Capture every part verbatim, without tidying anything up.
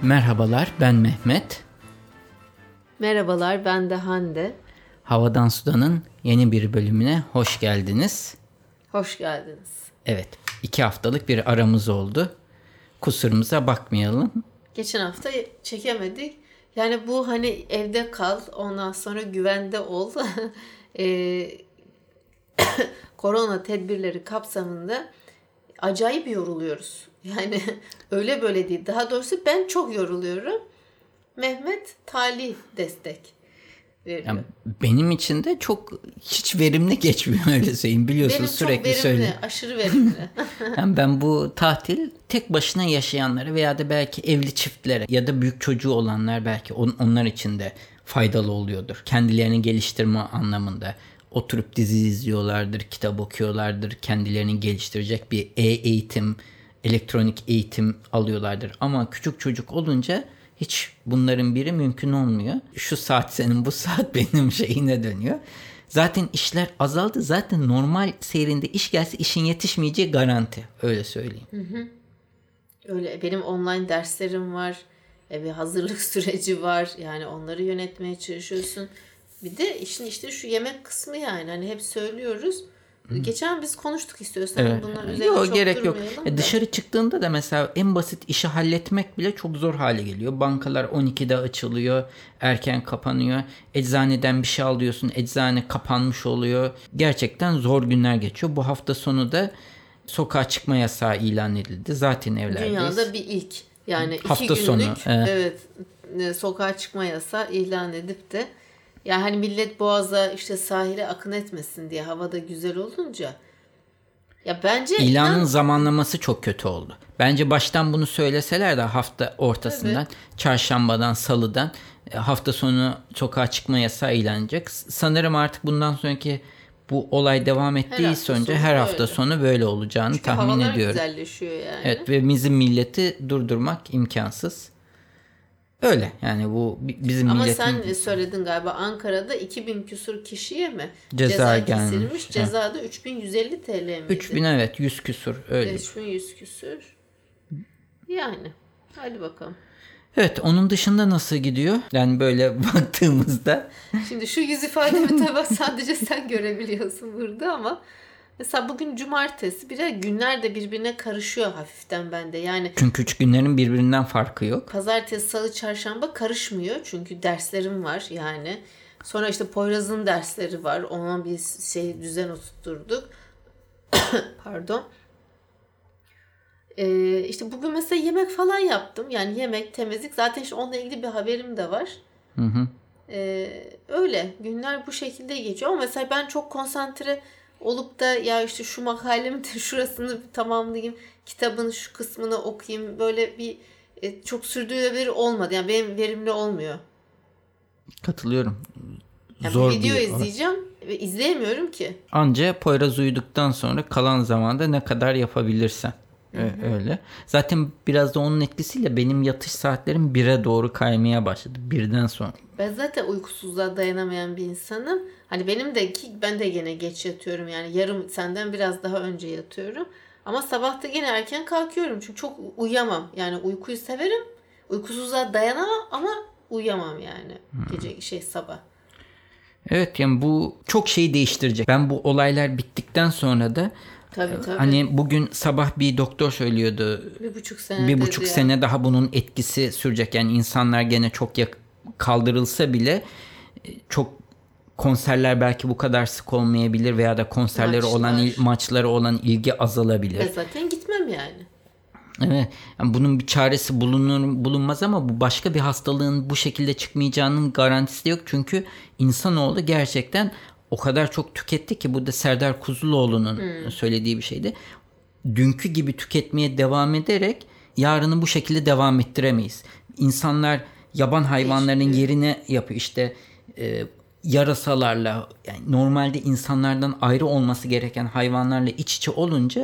Merhabalar, ben Mehmet. Merhabalar, ben de Hande. Havadan Sudan'ın yeni bir bölümüne hoş geldiniz. Hoş geldiniz. Evet, iki haftalık bir aramız oldu. Kusurumuza bakmayalım. Geçen hafta çekemedik. Yani bu hani evde kal, ondan sonra güvende ol. e, korona tedbirleri kapsamında acayip yoruluyoruz. Yani öyle böyle değil. Daha doğrusu ben çok yoruluyorum. Mehmet talih destek veriyor. Yani benim için de çok hiç verimli geçmiyor, öyle söyleyeyim. Biliyorsunuz benim sürekli çok verimli, söyle. aşırı verimli. Yani ben bu tatil tek başına yaşayanlara veya da belki evli çiftlere ya da büyük çocuğu olanlar belki on, onlar için de faydalı oluyordur. Kendilerini geliştirme anlamında. Oturup dizi izliyorlardır, kitap okuyorlardır, kendilerini geliştirecek bir e-eğitim, elektronik eğitim alıyorlardır. Ama küçük çocuk olunca hiç bunların biri mümkün olmuyor. Şu saat senin, bu saat benim şeyine dönüyor. Zaten işler azaldı. Zaten normal seyrinde iş gelse işin yetişmeyeceği garanti. Öyle söyleyeyim. Hı hı. Öyle, benim online derslerim var. Bir hazırlık süreci var. Yani onları yönetmeye çalışıyorsun. Bir de işin işte şu yemek kısmı yani. Hani hep söylüyoruz. Hmm. Geçen biz konuştuk istiyorsan. Evet. Bunlar üzerine yok, çok gerek yok. da. Dışarı çıktığında da mesela en basit işi halletmek bile çok zor hale geliyor. Bankalar on ikide açılıyor. Erken kapanıyor. Eczaneden bir şey alıyorsun. Eczane kapanmış oluyor. Gerçekten zor günler geçiyor. Bu hafta sonu da sokağa çıkma yasağı ilan edildi. Zaten evlerdeyiz. Dünyada bir ilk. Yani hafta iki günlük sonu, evet. evet sokağa çıkma yasağı ilan edip de yani hani millet Boğaz'a işte sahile akın etmesin diye havada güzel olunca ya bence İlanın inan... zamanlaması çok kötü oldu. Bence baştan bunu söyleseler de hafta ortasından, evet. çarşambadan, salıdan hafta sonu sokağa çıkma yasağı ilan edecek. Sanırım artık bundan sonraki bu olay devam ettiği sonca her hafta öyle. sonu böyle olacağını Çünkü tahmin ediyorum. Çünkü havalar güzelleşiyor yani. Evet, ve bizim milleti durdurmak imkansız. Öyle yani bu bizim Ama milletin... Ama sen söyledin galiba Ankara'da iki bin küsur kişiye mi ceza, ceza gelmiş. kesilmiş? Ceza da üç bin yüz elli TL miydi? üç bin evet yüz küsur öyle. üç bin yüz küsur. Yani hadi bakalım. Evet, onun dışında nasıl gidiyor? Yani böyle baktığımızda. Şimdi şu yüz ifademi tabii sadece sen görebiliyorsun burada ama mesela bugün cumartesi, bir de günler de birbirine karışıyor hafiften bende. Yani çünkü üç günlerin birbirinden farkı yok. Pazartesi, salı, çarşamba karışmıyor çünkü derslerim var yani. Sonra işte Poyraz'ın dersleri var. Ona bir şey düzen oturtturduk. Pardon. Ee, işte bugün mesela yemek falan yaptım. Yani yemek, temizlik. Zaten işte onunla ilgili bir haberim de var. Hı hı. Ee, öyle. Günler bu şekilde geçiyor. Ama mesela ben çok konsantre olup da ya işte şu makalemi de şurasını tamamlayayım, kitabın şu kısmını okuyayım. Böyle bir e, çok sürdürülebilir olmadı. Yani benim verimli olmuyor. Katılıyorum. Yani Zor bir video bir izleyeceğim ve izleyemiyorum ki. Anca Poyraz uyuduktan sonra kalan zamanda ne kadar yapabilirsen. Hı-hı. Öyle. Zaten biraz da onun etkisiyle benim yatış saatlerim bire doğru kaymaya başladı. Birden sonra. Ben zaten uykusuzluğa dayanamayan bir insanım. Hani benim de ki ben de gene geç yatıyorum. Yani yarım senden biraz daha önce yatıyorum. Ama sabah da gene erken kalkıyorum. Çünkü çok uyuyamam. Yani uykuyu severim. Uykusuzluğa dayanamam ama uyuyamam yani. Hı. Gece şey sabah. Evet, yani bu çok şeyi değiştirecek. Ben bu olaylar bittikten sonra da Tabii, tabii. hani bugün sabah bir doktor söylüyordu. Bir buçuk sene. Bir buçuk ya. sene daha bunun etkisi sürecek. Yani insanlar gene çok yak- kaldırılsa bile çok konserler belki bu kadar sık olmayabilir veya da konserleri Maçlar. olan il- maçları olan ilgi azalabilir. Ben zaten gitmem yani. Evet. Yani bunun bir çaresi bulunur bulunmaz ama bu başka bir hastalığın bu şekilde çıkmayacağının garantisi de yok. Çünkü insanoğlu gerçekten o kadar çok tüketti ki, bu da Serdar Kuzuloğlu'nun hmm. söylediği bir şeydi. Dünkü gibi tüketmeye devam ederek yarını bu şekilde devam ettiremeyiz. İnsanlar yaban hayvanlarının işte. yerine yapıyor. İşte e, yarasalarla, yani normalde insanlardan ayrı olması gereken hayvanlarla iç içe olunca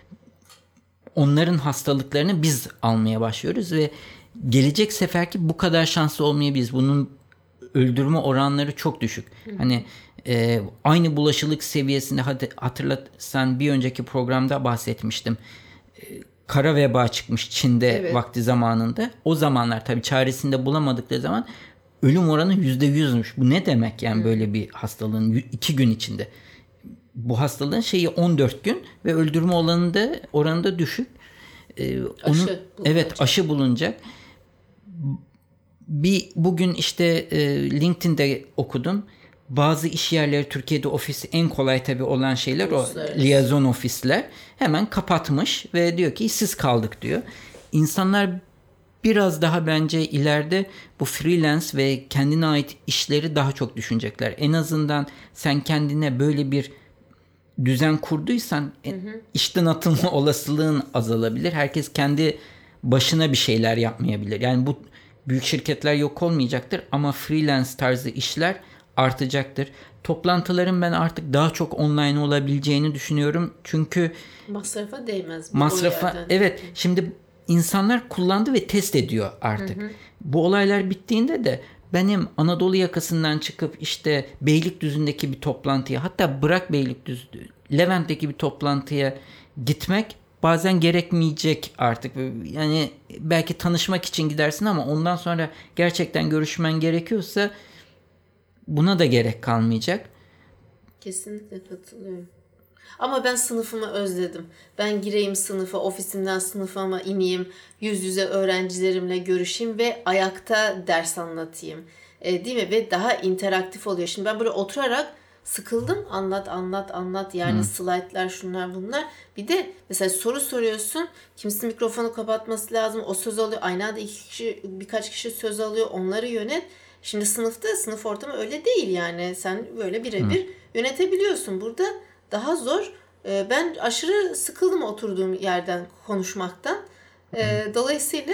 onların hastalıklarını biz almaya başlıyoruz ve gelecek seferki bu kadar şanslı olmayabiliriz. Bunun öldürme oranları çok düşük. Hı. Hani e, aynı bulaşılık seviyesinde, hadi hatırlatsan bir önceki programda bahsetmiştim. E, kara veba çıkmış Çin'de Evet. vakti zamanında. O zamanlar tabii çaresini de bulamadıkları zaman ölüm oranı yüzde yüzmüş. Bu ne demek yani böyle bir hastalığın iki gün içinde? Bu hastalığın şeyi on dört gün ve öldürme oranı da, oranı da düşük. Ee, Aşı onu, bulunacak. evet aşı bulunacak. Bir bugün işte e, LinkedIn'de okudum. Bazı iş yerleri Türkiye'de ofisi en kolay tabii olan şeyler o liaison ofisler hemen kapatmış ve diyor ki işsiz kaldık diyor. İnsanlar biraz daha bence ileride bu freelance ve kendine ait işleri daha çok düşünecekler. En azından sen kendine böyle bir düzen kurduysan hı hı. işten atılma olasılığın azalabilir. Herkes kendi başına bir şeyler yapmayabilir. Yani bu büyük şirketler yok olmayacaktır ama freelance tarzı işler artacaktır. Toplantıların ben artık daha çok online olabileceğini düşünüyorum. Çünkü masrafa değmez. Masrafa evet. Şimdi insanlar kullandı ve test ediyor artık. Hı hı. Bu olaylar bittiğinde de benim Anadolu yakasından çıkıp işte Beylikdüzü'ndeki bir toplantıya, hatta bırak Beylikdüzü, Levent'teki bir toplantıya gitmek bazen gerekmeyecek artık. Yani belki tanışmak için gidersin ama ondan sonra gerçekten görüşmen gerekiyorsa buna da gerek kalmayacak. Kesinlikle katılıyorum. Ama ben sınıfımı özledim. Ben gireyim sınıfa, ofisimden sınıfıma ineyim, yüz yüze öğrencilerimle görüşeyim ve ayakta ders anlatayım. E, değil mi? Ve daha interaktif oluyor. Şimdi ben böyle oturarak sıkıldım. Anlat, anlat, anlat. Yani hmm. slaytlar, şunlar, bunlar. Bir de mesela soru soruyorsun. Kimisi mikrofonu kapatması lazım. O söz alıyor. Aynı anda iki kişi, birkaç kişi söz alıyor. Onları yönet. Şimdi sınıfta, sınıf ortamı öyle değil yani. Sen böyle birebir hmm. yönetebiliyorsun. Burada daha zor. Ben aşırı sıkıldım oturduğum yerden konuşmaktan. Dolayısıyla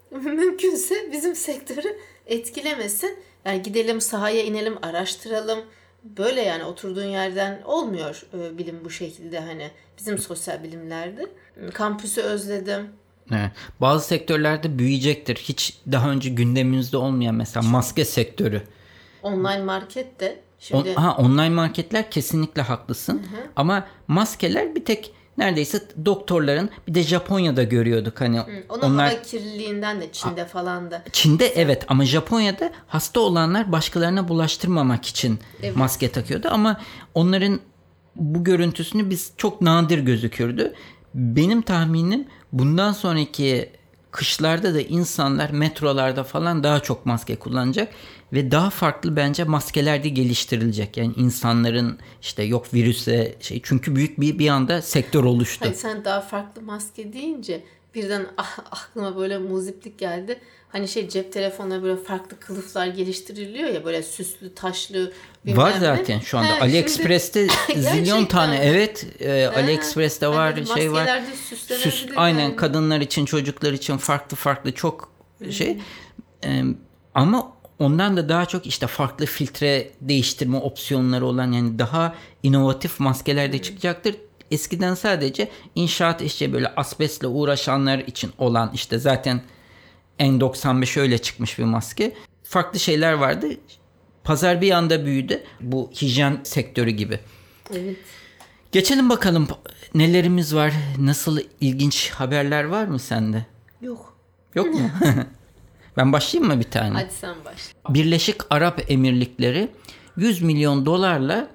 mümkünse bizim sektörü etkilemesin. Yani gidelim sahaya inelim, araştıralım. Böyle yani oturduğun yerden olmuyor bilim bu şekilde, hani bizim sosyal bilimlerde. Kampüsü özledim. Evet. Bazı sektörlerde büyüyecektir. Hiç daha önce gündemimizde olmayan mesela maske sektörü. Online market de. Şimdi... On, ha, online marketler kesinlikle haklısın. Hı hı. Ama maskeler bir tek neredeyse doktorların, bir de Japonya'da görüyorduk hani. Hı, onun onlar... hava kirliliğinden de Çin'de ha, falan da. Çin'de evet, ama Japonya'da hasta olanlar başkalarına bulaştırmamak için evet. maske takıyordu ama onların bu görüntüsünü biz çok nadir gözükürdü. Benim tahminim bundan sonraki kışlarda da insanlar metrolarda falan daha çok maske kullanacak ve daha farklı bence maskeler de geliştirilecek. Yani insanların işte yok virüse şey, çünkü büyük bir bir anda sektör oluştu. Hayır, sen daha farklı maske deyince birden ah, aklıma böyle muziplik geldi. Hani şey, cep telefonuna böyle farklı kılıflar geliştiriliyor ya, böyle süslü, taşlı. Var zaten şu anda. He, AliExpress'te zilyon tane evet e, AliExpress'te var hani şey var. Süs, aynen yani. Kadınlar için, çocuklar için farklı farklı çok şey. E, ama ondan da daha çok işte farklı filtre değiştirme opsiyonları olan, yani daha inovatif maskeler de çıkacaktır. Eskiden sadece inşaat işçi, böyle asbestle uğraşanlar için olan, işte zaten N doksan beş öyle çıkmış bir maske. Farklı şeyler vardı. Pazar bir anda büyüdü. Bu hijyen sektörü gibi. Evet. Geçelim bakalım nelerimiz var. Nasıl ilginç haberler var mı sende? Yok. Yok mu? Ben başlayayım mı bir tane? Hadi sen başla. Birleşik Arap Emirlikleri yüz milyon dolarla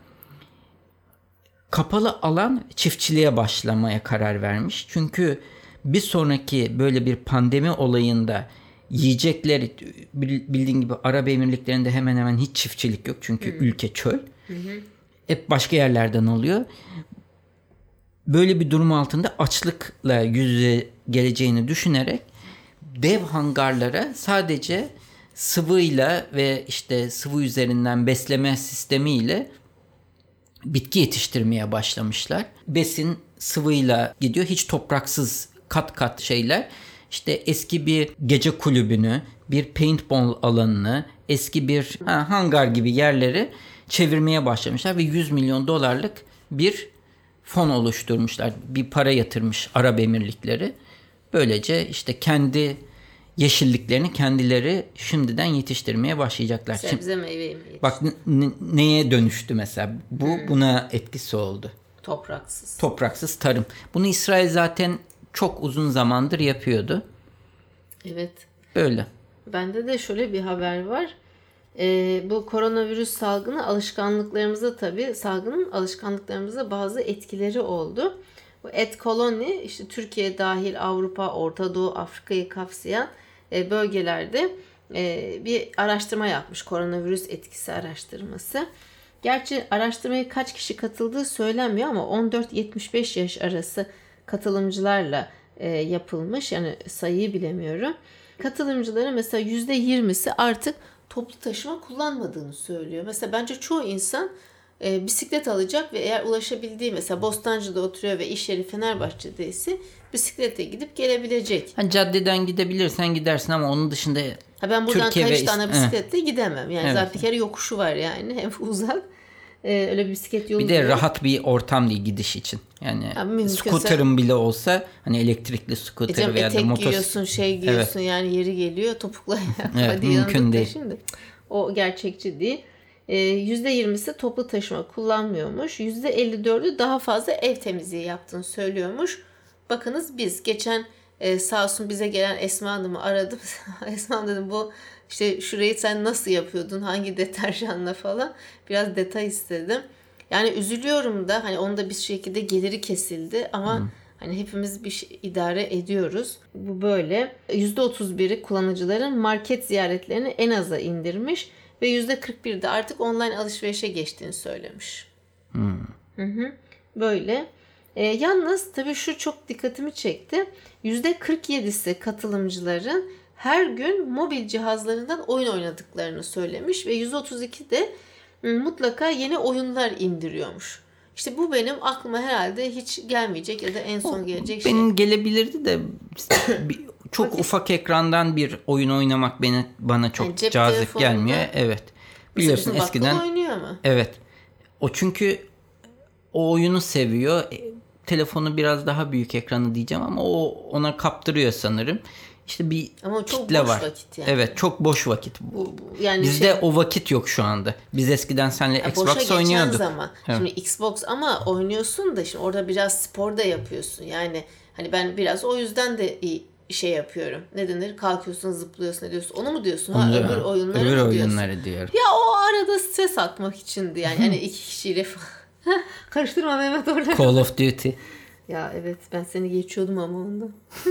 kapalı alan çiftçiliğe başlamaya karar vermiş. Çünkü bir sonraki böyle bir pandemi olayında yiyecekler, bildiğin gibi Arap Emirlikleri'nde hemen hemen hiç çiftçilik yok. Çünkü hmm. ülke çöl. Hmm. Hep başka yerlerden oluyor. Böyle bir durum altında açlıkla yüz yüze geleceğini düşünerek dev hangarlara sadece sıvıyla ve işte sıvı üzerinden besleme sistemiyle bitki yetiştirmeye başlamışlar. Besin sıvıyla gidiyor. Hiç topraksız kat kat şeyler. İşte eski bir gece kulübünü, bir paintball alanını, eski bir ha, hangar gibi yerleri çevirmeye başlamışlar ve yüz milyon dolarlık bir fon oluşturmuşlar. Bir para yatırmış Arap Emirlikleri. Böylece işte kendi yeşilliklerini kendileri şimdiden yetiştirmeye başlayacaklar. Sebze meyve yetiştirmek. Bak n- neye dönüştü mesela? Bu hmm. buna etkisi oldu. Topraksız. Topraksız tarım. Bunu İsrail zaten çok uzun zamandır yapıyordu. Evet. Böyle. Bende de şöyle bir haber var. Ee, bu koronavirüs salgını alışkanlıklarımıza tabii salgının alışkanlıklarımıza bazı etkileri oldu. Bu Et Colony işte Türkiye dahil Avrupa, Orta Doğu, Afrika'yı kapsayan e, bölgelerde e, bir araştırma yapmış. Koronavirüs etkisi araştırması. Gerçi araştırmaya kaç kişi katıldığı söylenmiyor ama on dört yetmiş beş yaş arası katılımcılarla e, yapılmış. Yani sayıyı bilemiyorum. Katılımcıların mesela yüzde yirmisi artık toplu taşıma kullanmadığını söylüyor. Mesela bence çoğu insan e, bisiklet alacak ve eğer ulaşabildiği mesela Bostancı'da oturuyor ve iş yeri Fenerbahçe'deyse bisikletle gidip gelebilecek. Hani caddeden gidebilirsen gidersin ama onun dışında ha ben buradan Türkiye kaç ve tane bisikletle eh. gidemem. Yani evet. zaten bir kere yokuşu var yani hem uzak. Ee, öyle bir bisiklet yolu bir de yok. Rahat bir ortam değil gidiş için. Yani ya, scooter'ın bile olsa hani elektrikli scooter e veya da motos. Etek giyiyorsun, şey giyiyorsun evet. Yani yeri geliyor topukla. Evet, hadi mümkün değil. Şimdi. O gerçekçi değil. Ee, yüzde yirmisi toplu taşıma kullanmıyormuş. yüzde elli dördü daha fazla ev temizliği yaptığını söylüyormuş. Bakınız biz geçen e, sağ olsun bize gelen Esma Hanım'ı aradım. Esma Hanım dedim bu işte şurayı sen nasıl yapıyordun? Hangi deterjanla falan? Biraz detay istedim. Yani üzülüyorum da hani onun da bir şekilde geliri kesildi ama hmm. hani hepimiz bir şey idare ediyoruz. Bu böyle. yüzde otuz biri kullanıcıların market ziyaretlerini en aza indirmiş ve yüzde kırk bir de artık online alışverişe geçtiğini söylemiş. Hmm. Hı hı. Böyle. E, yalnız tabii şu çok dikkatimi çekti. yüzde kırk yedisi katılımcıların her gün mobil cihazlarından oyun oynadıklarını söylemiş ve yüzde otuz iki de mutlaka yeni oyunlar indiriyormuş. İşte bu benim aklıma herhalde hiç gelmeyecek ya da en son gelecek şey. Benim gelebilirdi de çok ufak ekrandan bir oyun oynamak beni bana çok yani cazip gelmiyor. Evet. Biliyorsun eskiden oynuyor mu? Evet. O çünkü o oyunu seviyor. Telefonu biraz daha büyük ekranı diyeceğim ama o ona kaptırıyor sanırım. İşte bir ama çok kitle boş var. Vakit yani. Evet, çok boş vakit. Bu, bu, yani Bizde şey, o vakit yok şu anda. Biz eskiden seninle ya Xbox oynuyorduk. Zaman. Evet. Şimdi Xbox ama oynuyorsun da şimdi orada biraz spor da yapıyorsun. Yani hani ben biraz o yüzden de şey yapıyorum. Ne denir? Kalkıyorsun, zıplıyorsun, ne diyorsun? Onu mu diyorsun? Ha, öbür oyunları öbür mı oyunları diyorsun? diyorum. Ya o arada stres atmak içindi yani. Yani iki kişiyle falan. Karıştırma Mehmet orada. Call of Duty. Ya evet ben seni geçiyordum ama onda.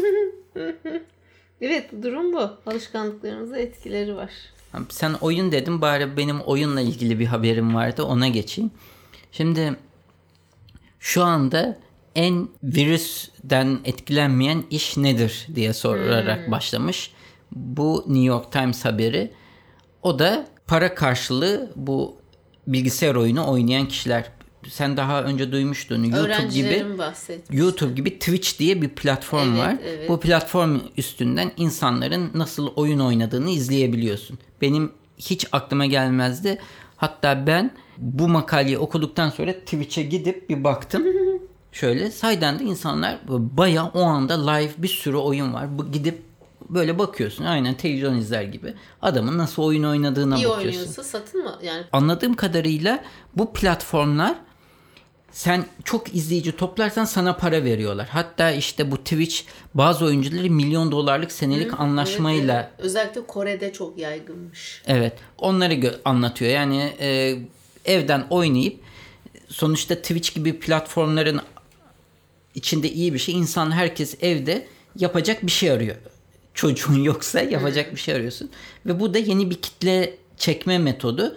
Evet durum bu. Alışkanlıklarımıza etkileri var. Sen oyun dedin bari benim oyunla ilgili bir haberim vardı ona geçeyim. Şimdi şu anda en virüsten etkilenmeyen iş nedir diye sorarak hmm. başlamış. Bu New York Times haberi. O da para karşılığı bu bilgisayar oyunu oynayan kişiler. Sen daha önce duymuştun. YouTube gibi YouTube gibi Twitch diye bir platform evet, var. Evet. Bu platform üstünden insanların nasıl oyun oynadığını izleyebiliyorsun. Benim hiç aklıma gelmezdi. Hatta ben bu makaleyi okuduktan sonra Twitch'e gidip bir baktım. Şöyle saydan da insanlar bayağı o anda live bir sürü oyun var. Gidip böyle bakıyorsun. Aynen televizyon izler gibi. Adamın nasıl oyun oynadığına İyi bakıyorsun. İyi oynuyorsa satın mı? Yani anladığım kadarıyla bu platformlar sen çok izleyici toplarsan sana para veriyorlar. Hatta işte bu Twitch bazı oyuncuları milyon dolarlık senelik Hı, anlaşmayla. Evet, evet. Özellikle Kore'de çok yaygınmış. Evet. Onları gö- anlatıyor. Yani e, evden oynayıp sonuçta Twitch gibi platformların içinde iyi bir şey. İnsan herkes evde yapacak bir şey arıyor. Çocuğun yoksa yapacak Hı. bir şey arıyorsun. Ve bu da yeni bir kitle çekme metodu.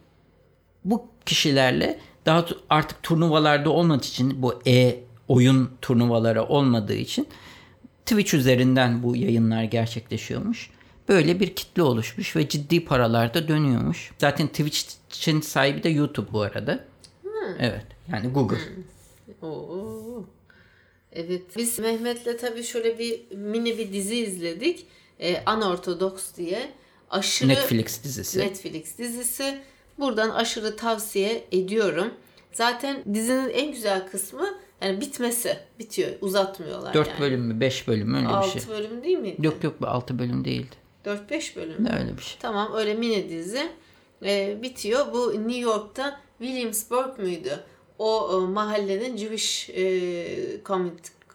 Bu kişilerle daha artık turnuvalarda olmadığı için bu e-oyun turnuvaları olmadığı için Twitch üzerinden bu yayınlar gerçekleşiyormuş. Böyle bir kitle oluşmuş ve ciddi paralar da dönüyormuş. Zaten Twitch'in sahibi de YouTube bu arada. Hmm. Evet. Yani Google. Hmm. Oo. Evet. Biz Mehmet'le tabii şöyle bir mini bir dizi izledik. Ee, Unorthodox diye. Aşırı Netflix dizisi. Netflix dizisi. Buradan aşırı tavsiye ediyorum. Zaten dizinin en güzel kısmı yani bitmesi. Bitiyor. Uzatmıyorlar dört yani. bölüm mü? beş bölüm mü? Öyle altı bir şey. altı bölüm değil miydi? Yok yok altı bölüm değildi. dört beş bölüm mü? Öyle bir şey. Tamam öyle mini dizi. Ee, bitiyor. Bu New York'ta Williamsburg muydu? O e, mahallenin Jewish e,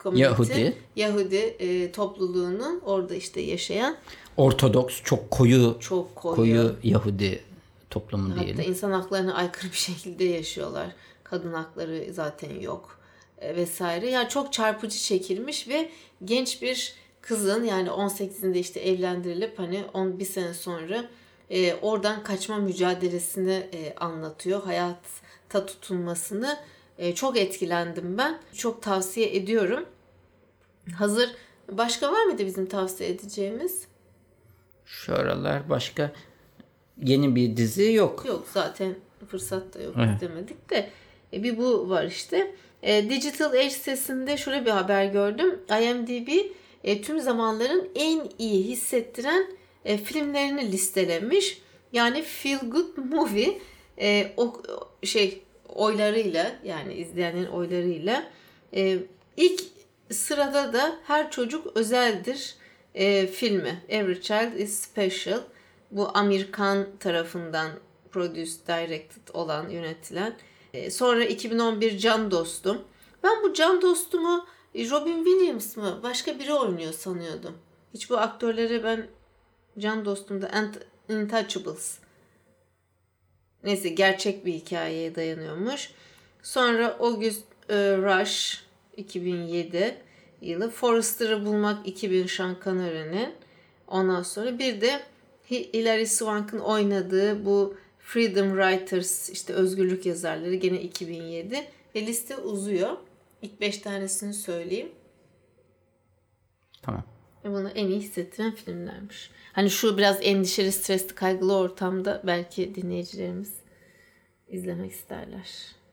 community, Yahudi, Yahudi e, topluluğunun orada işte yaşayan Ortodoks, çok koyu, çok koyu, koyu Yahudi toplumu hatta diyelim. Hatta insan haklarına aykırı bir şekilde yaşıyorlar. Kadın hakları zaten yok e, vesaire. Yani çok çarpıcı çekilmiş ve genç bir kızın, yani on sekizinde işte evlendirilip hani on bir sene sonra e, oradan kaçma mücadelesini e, anlatıyor. Hayatta tutunmasını. E, çok etkilendim ben. Çok tavsiye ediyorum. Hazır başka var mıydı bizim tavsiye edeceğimiz? Şu aralar başka yeni bir dizi yok. Yok, zaten fırsat da yok, evet. izlemedik de. E, bir bu var işte. E, Digital Age sitesinde şöyle bir haber gördüm. IMDb e, tüm zamanların en iyi hissettiren e, filmlerini listelemiş. Yani Feel Good Movie e, o şey oylarıyla, yani izleyenlerin oylarıyla e, ilk sırada da Her Çocuk Özeldir e, filmi. Every Child is Special. Bu Amerikan tarafından produced, directed olan, yönetilen. E, sonra iki bin on bir Can Dostum. Ben bu Can Dostum'u Robin Williams mı başka biri oynuyor sanıyordum. Hiç bu aktörleri ben Can Dostum'da Untouchables. Neyse, gerçek bir hikayeye dayanıyormuş. Sonra August e, Rush iki bin yedi yılı. Forrester'ı bulmak iki bin Sean Connery'nin. Ondan sonra bir de Hilary Swank'ın oynadığı bu Freedom Writers, işte özgürlük yazarları, gene iki bin yedi. Ve liste uzuyor. İlk beş tanesini söyleyeyim. Tamam. Ve bunu en iyi hissettiren filmlermiş. Hani şu biraz endişeli, stresli, kaygılı ortamda belki dinleyicilerimiz izlemek isterler.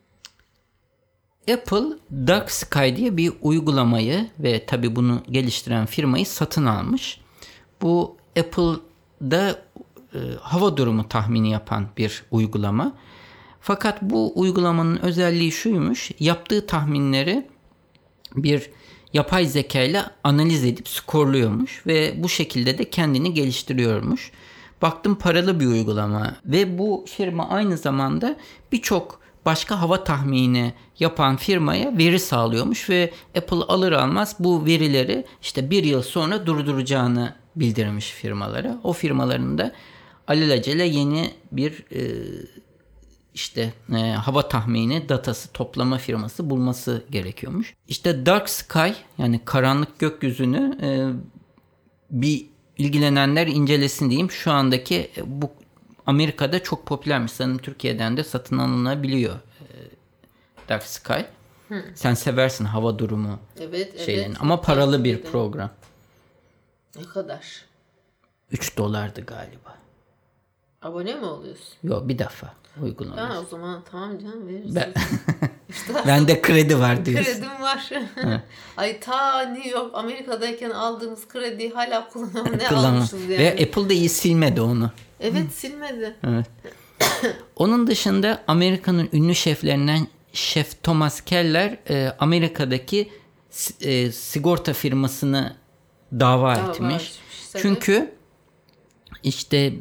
Apple Dark Sky diye bir uygulamayı ve tabii bunu geliştiren firmayı satın almış. Bu Apple'da e, hava durumu tahmini yapan bir uygulama. Fakat bu uygulamanın özelliği şuymuş: yaptığı tahminleri bir yapay zeka ile analiz edip skorluyormuş ve bu şekilde de kendini geliştiriyormuş. Baktım paralı bir uygulama ve bu firma aynı zamanda birçok başka hava tahmini yapan firmaya veri sağlıyormuş ve Apple alır almaz bu verileri işte bir yıl sonra durduracağını bildirmiş firmalara. O firmaların da alelacele yeni bir e, işte e, hava tahmini datası toplama firması bulması gerekiyormuş. İşte Dark Sky, yani karanlık gökyüzünü e, bir ilgilenenler incelesin diyeyim. Şu andaki bu Amerika'da çok popülermiş. Sanırım Türkiye'den de satın alınabiliyor e, Dark Sky. Hı. Sen seversin hava durumu evet, şeylerini. Evet. Ama paralı bir evet. program. Ne kadar? üç dolardı galiba. Abone mi oluyorsun? Yok, bir defa uygulanıyor. Ha, o zaman tamam canım, veririz. Ben, bende kredi var diyorsun. Kredim var. Ay ta New York, Amerika'dayken aldığımız krediyi hala kullanamam. Ne almışız yani. Ve Apple da iyi silmedi onu. Evet, silmedi. Evet. Onun dışında Amerika'nın ünlü şeflerinden Şef Thomas Keller e, Amerika'daki e, sigorta firmasını dava, dava etmiş. etmiş. Çünkü işte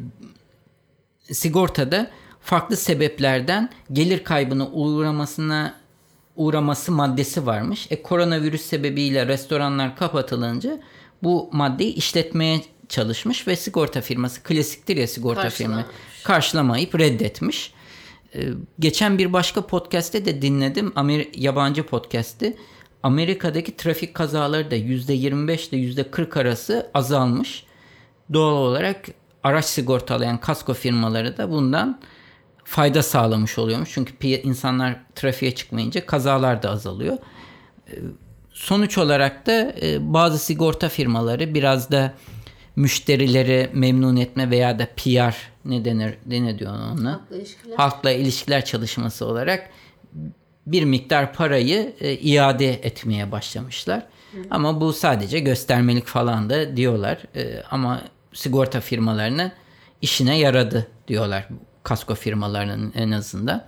sigortada farklı sebeplerden gelir kaybına uğramasına uğraması maddesi varmış. E, koronavirüs sebebiyle restoranlar kapatılınca bu maddeyi işletmeye çalışmış ve sigorta firması, klasiktir ya sigorta firma, karşılamayıp reddetmiş. Ee, geçen bir başka podcast'te de dinledim. Amer- yabancı podcast'te. Amerika'daki trafik kazaları da yüzde yirmi beş ile yüzde kırk arası azalmış. Doğal olarak araç sigortalayan kasko firmaları da bundan fayda sağlamış oluyormuş. Çünkü insanlar trafiğe çıkmayınca kazalar da azalıyor. Ee, sonuç olarak da e, bazı sigorta firmaları biraz da müşterileri memnun etme veya da P R ne denir, ne diyor ona? Halkla ilişkiler. Halkla ilişkiler çalışması olarak bir miktar parayı e, iade etmeye başlamışlar. Hı. Ama bu sadece göstermelik falan da diyorlar. E, ama sigorta firmalarının işine yaradı diyorlar. Kasko firmalarının en azından.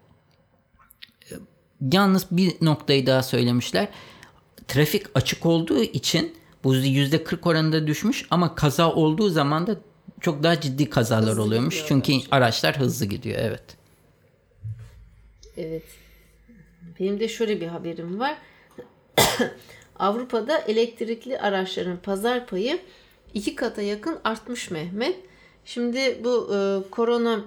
E, yalnız bir noktayı daha söylemişler. Trafik açık olduğu için bu yüzde kırk oranında düşmüş ama kaza olduğu zaman da çok daha ciddi kazalar hızlı oluyormuş. Çünkü bence araçlar hızlı gidiyor. Evet. Evet. Benim de şöyle bir haberim var. Avrupa'da elektrikli araçların pazar payı iki kata yakın artmış Mehmet. Şimdi bu e, korona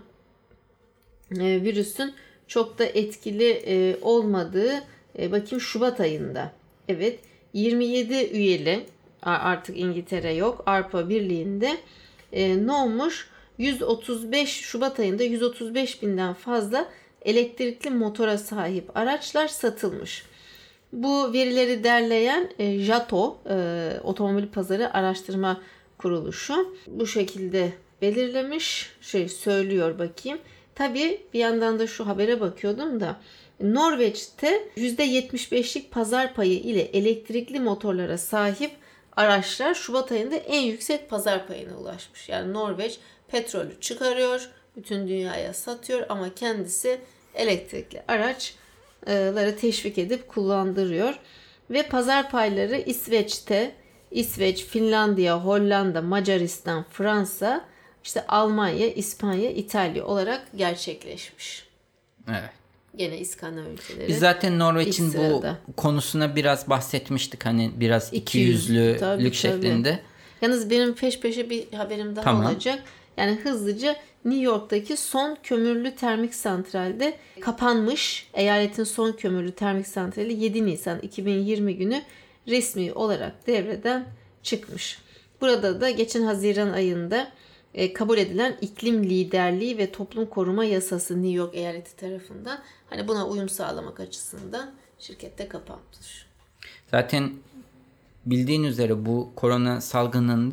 e, virüsün çok da etkili e, olmadığı e, bakayım Şubat ayında. Evet, yirmi yedi üyeli, artık İngiltere yok, Avrupa Birliği'nde e, ne olmuş? yüz otuz beş Şubat ayında yüz otuz beş binden fazla elektrikli motora sahip araçlar satılmış. Bu verileri derleyen e, JATO, e, Otomobil Pazarı Araştırma Kuruluşu bu şekilde belirlemiş, şey söylüyor bakayım. Tabii bir yandan da şu habere bakıyordum da Norveç'te yüzde yetmiş beşlik pazar payı ile elektrikli motorlara sahip araçlar Şubat ayında en yüksek pazar payına ulaşmış. Yani Norveç petrolü çıkarıyor, bütün dünyaya satıyor ama kendisi elektrikli araçları teşvik edip kullandırıyor. Ve pazar payları İsveç'te, İsveç, Finlandiya, Hollanda, Macaristan, Fransa, işte Almanya, İspanya, İtalya olarak gerçekleşmiş. Evet. Gene İskandinav ülkeleri. Biz zaten Norveç'in bu konusuna biraz bahsetmiştik. Hani biraz ikiyüzlülük şeklinde. Tabii. Yalnız benim peş peşe bir haberim daha tamam. olacak. Yani hızlıca New York'taki son kömürlü termik santralde kapanmış. Eyaletin son kömürlü termik santrali yedi Nisan iki bin yirmi günü resmi olarak devreden çıkmış. Burada da geçen Haziran ayında e, kabul edilen iklim liderliği ve toplum koruma yasası New York eyaleti tarafından hani buna uyum sağlamak açısından şirkette kapanmış. Zaten bildiğin üzere bu korona salgınında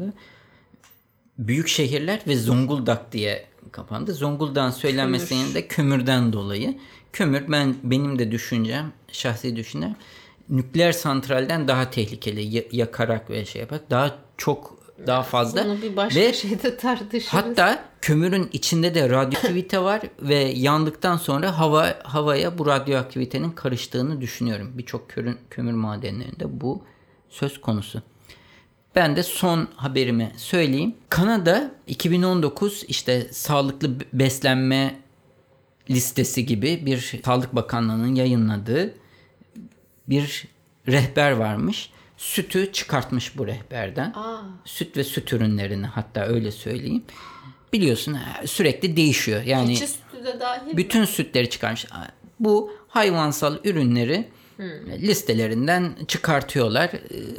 büyük şehirler ve Zonguldak diye kapandı. Zonguldak'ın söylenmesinin de kömürden dolayı. Kömür ben benim de düşüncem, şahsi düşüncem nükleer santralden daha tehlikeli, yakarak ve şey yaparak daha çok daha fazla. Bunu bir başka ve şeyde tartışırız. Hatta kömürün içinde de radyoaktivite var ve yandıktan sonra hava havaya bu radyoaktivitenin karıştığını düşünüyorum. Birçok kömür madenlerinde bu söz konusu. Ben de son haberimi söyleyeyim. Kanada iki bin on dokuz işte sağlıklı beslenme listesi gibi bir Sağlık Bakanlığı'nın yayınladığı bir rehber varmış. Sütü çıkartmış bu rehberden. Aa. Süt ve süt ürünlerini hatta öyle söyleyeyim. Biliyorsun sürekli değişiyor. Yani keçi sütü de dahil bütün mi? Sütleri çıkarmış. Bu hayvansal ürünleri hmm. listelerinden çıkartıyorlar.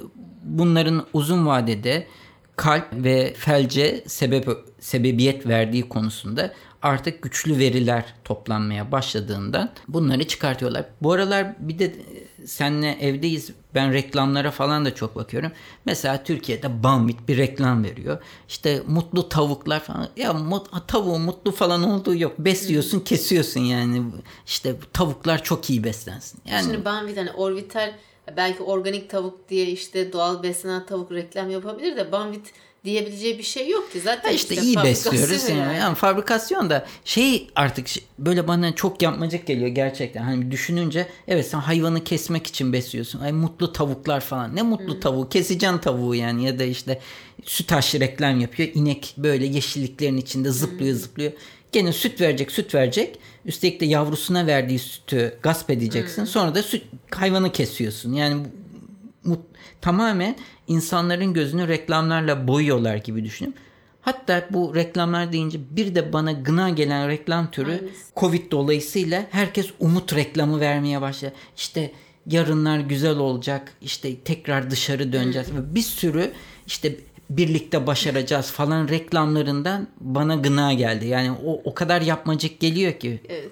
Bunların uzun vadede kalp ve felce sebep sebebiyet verdiği konusunda artık güçlü veriler toplanmaya başladığından bunları çıkartıyorlar. Bu aralar bir de seninle evdeyiz. Ben reklamlara falan da çok bakıyorum. Mesela Türkiye'de Banvit bir reklam veriyor. İşte mutlu tavuklar falan. Ya mut, tavuğun mutlu falan olduğu yok. Besliyorsun, kesiyorsun yani. İşte tavuklar çok iyi beslensin. Yani şimdi Banvit hani Orvital belki organik tavuk diye işte doğal beslenen tavuk reklam yapabilir de Banvit diyebileceği bir şey yok ki. Zaten işte, işte iyi besliyoruz. Yani. Yani. yani fabrikasyon da şey artık böyle bana çok yapmacık geliyor gerçekten. Hani düşününce evet sen hayvanı kesmek için besliyorsun. Ay mutlu tavuklar falan. Ne mutlu hmm. tavuğu? Keseceksin tavuğu yani ya da işte sütaş reklam yapıyor. İnek böyle yeşilliklerin içinde zıplıyor hmm. zıplıyor. Gene süt verecek, süt verecek. Üstelik de yavrusuna verdiği sütü gasp edeceksin. Hmm. Sonra da süt hayvanı kesiyorsun. Yani mut, tamamen insanların gözünü reklamlarla boyuyorlar gibi düşünüyorum. Hatta bu reklamlar deyince bir de bana gına gelen reklam türü Aynen. Covid dolayısıyla herkes umut reklamı vermeye başladı. İşte yarınlar güzel olacak. İşte tekrar dışarı döneceğiz. Hmm. Bir sürü işte birlikte başaracağız falan reklamlarından bana gına geldi. Yani o o kadar yapmacık geliyor ki. Evet.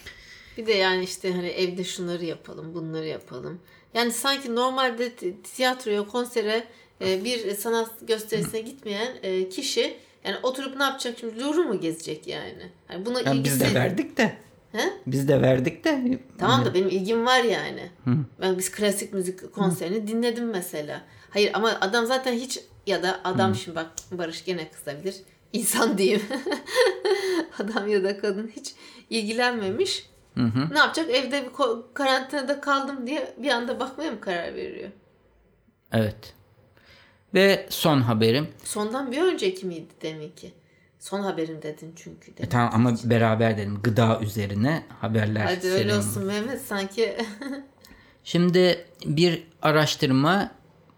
Bir de yani işte hani evde şunları yapalım, bunları yapalım. Yani sanki normalde tiyatroya, konsere, bir sanat gösterisine gitmeyen kişi yani oturup ne yapacak şimdi? Louvre mu gezecek yani? Yani buna yani ilgisi... Biz de verdik de. He? Biz de verdik de. Tamam da benim ilgim var yani. Hı. Ben biz klasik müzik konserini Hı. dinledim mesela. Hayır ama adam zaten hiç ya da adam Hı. şimdi bak Barış gene kızabilir. İnsan diyeyim. Adam ya da kadın hiç ilgilenmemiş. Hı hı. Ne yapacak? Evde bir karantinada kaldım diye bir anda bakmaya mı karar veriyor? Evet. Ve son haberim. Sondan bir önceki miydi deminki? Son haberim dedin çünkü. E tamam ama beraber dedim. Gıda üzerine haberler. Hadi öyle olsun Mehmet sanki. Şimdi bir araştırma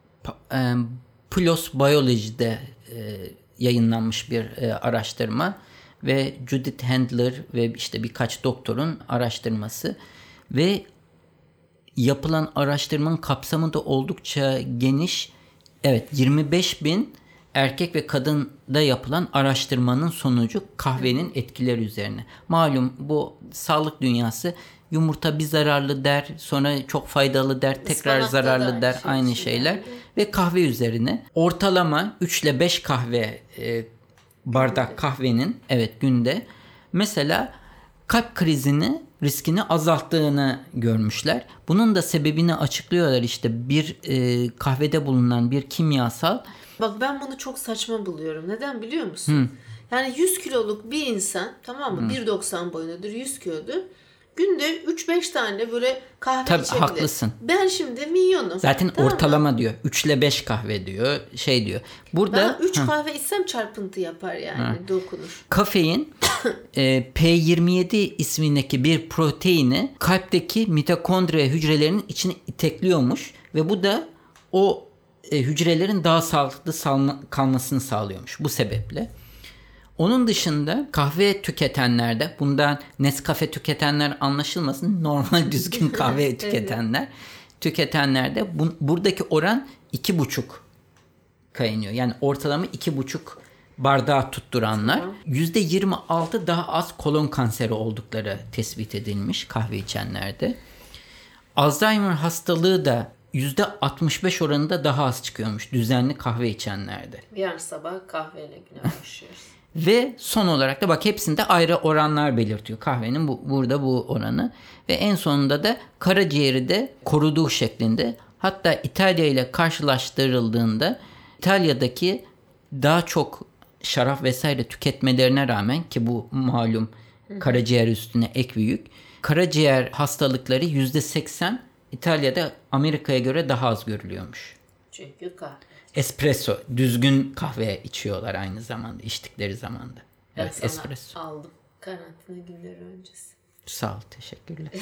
e, PLOS Biology'de e, yayınlanmış bir e, araştırma ve Judith Handler ve işte birkaç doktorun araştırması ve yapılan araştırmanın kapsamı da oldukça geniş. Evet, yirmi beş bin erkek ve kadında yapılan araştırmanın sonucu kahvenin etkileri üzerine. Malum bu sağlık dünyası yumurta bir zararlı der, sonra çok faydalı der, tekrar Ispanakta zararlı der, şey aynı şey şeyler. yani. Ve kahve üzerine ortalama üç ile beş kahve e, bardak kahvenin evet günde mesela kalp krizini riskini azalttığını görmüşler. Bunun da sebebini açıklıyorlar, işte bir e, kahvede bulunan bir kimyasal. Bak ben bunu çok saçma buluyorum. Neden biliyor musun? Hı. Yani yüz kiloluk bir insan, tamam mı? bir doksan boyundadır, yüz kilodur. Günde üç beş tane böyle kahve Tabii, içebilir. haklısın. Ben şimdi milyonum. Zaten tamam ortalama mı? diyor. üç ile beş kahve diyor. Şey diyor. Burada ben üç kahve içsem çarpıntı yapar yani. Hı. Dokunur. Kafein e, P yirmi yedi ismindeki bir proteini kalpteki mitokondriya hücrelerinin içine itekliyormuş ve bu da o e, hücrelerin daha sağlıklı salma, kalmasını sağlıyormuş bu sebeple. Onun dışında kahve tüketenlerde, bundan Nescafe tüketenler anlaşılmasın, normal düzgün kahve tüketenler tüketenlerde bu, buradaki oran iki buçuk kaynıyor. Yani ortalama iki buçuk bardağı tutturanlar yüzde yirmi altı daha az kolon kanseri oldukları tespit edilmiş kahve içenlerde. Alzheimer hastalığı da yüzde altmış beş oranında daha az çıkıyormuş düzenli kahve içenlerde. Yarın sabah kahveyle güne başlıyoruz. Ve son olarak da bak hepsinde ayrı oranlar belirtiyor kahvenin bu, burada bu oranı. Ve en sonunda da karaciğeri de koruduğu şeklinde. Hatta İtalya ile karşılaştırıldığında İtalya'daki daha çok şarap vesaire tüketmelerine rağmen, ki bu malum karaciğer üstüne ek bir yük, karaciğer hastalıkları yüzde seksen İtalya'da Amerika'ya göre daha az görülüyormuş. Çünkü kahve. Espresso, düzgün kahve içiyorlar aynı zamanda, içtikleri zamanda. Ben evet, sana espresso. aldım karantina günleri öncesi. Sağ ol, teşekkürler.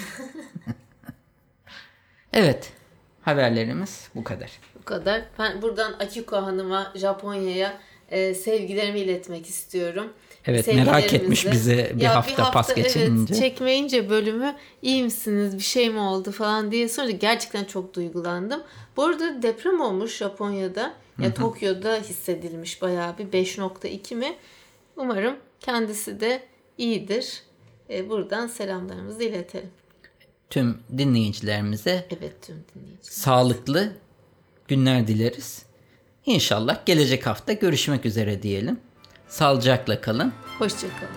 Evet, haberlerimiz bu kadar. Bu kadar. Ben buradan Akiko Hanım'a, Japonya'ya e, sevgilerimi iletmek istiyorum. Evet, merak etmiş bize bir, ya hafta, bir hafta pas geçirince. Evet, çekmeyince bölümü iyi misiniz, bir şey mi oldu falan diye sorunca gerçekten çok duygulandım. Bu arada deprem olmuş Japonya'da. Ya Tokyo'da hissedilmiş bayağı bir beş nokta iki mi? Umarım kendisi de iyidir. E, buradan selamlarımızı iletelim. Tüm dinleyicilerimize evet, tüm dinleyicilerimize sağlıklı günler dileriz. İnşallah gelecek hafta görüşmek üzere diyelim. Sağlıcakla kalın. Hoşça kalın.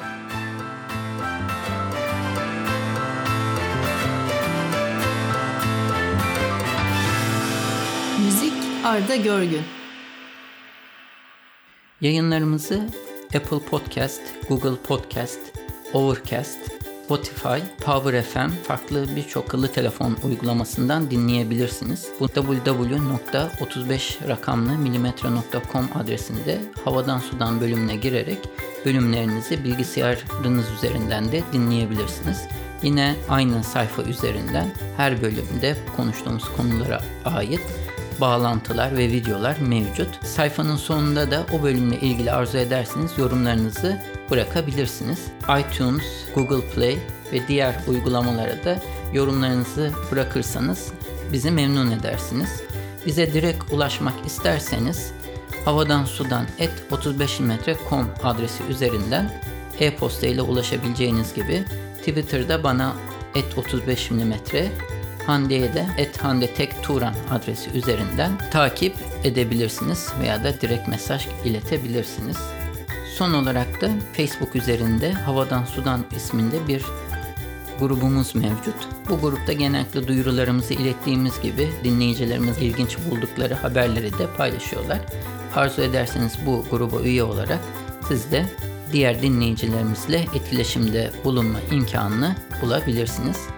Müzik Arda Görgün. Yayınlarımızı Apple Podcast, Google Podcast, Overcast, Spotify, Power F M farklı birçok akıllı telefon uygulamasından dinleyebilirsiniz. Bu double-u double-u double-u nokta otuz beş rakamlı milimetre nokta com adresinde Havadan Sudan bölümüne girerek bölümlerinizi bilgisayarınız üzerinden de dinleyebilirsiniz. Yine aynı sayfa üzerinden her bölümde konuştuğumuz konulara ait bağlantılar ve videolar mevcut. Sayfanın sonunda da o bölümle ilgili arzu ederseniz yorumlarınızı bırakabilirsiniz. iTunes, Google Play ve diğer uygulamalara da yorumlarınızı bırakırsanız bizi memnun edersiniz. Bize direkt ulaşmak isterseniz havadan sudan et otuz beş milimetre nokta com adresi üzerinden e-posta ile ulaşabileceğiniz gibi Twitter'da bana et otuz beş milimetre, Hande'ye de et Hande Tek Turan adresi üzerinden takip edebilirsiniz veya da direkt mesaj iletebilirsiniz. Son olarak da Facebook üzerinde Havadan Sudan isminde bir grubumuz mevcut. Bu grupta genellikle duyurularımızı ilettiğimiz gibi dinleyicilerimiz ilginç buldukları haberleri de paylaşıyorlar. Arzu ederseniz bu gruba üye olarak siz de diğer dinleyicilerimizle etkileşimde bulunma imkanını bulabilirsiniz.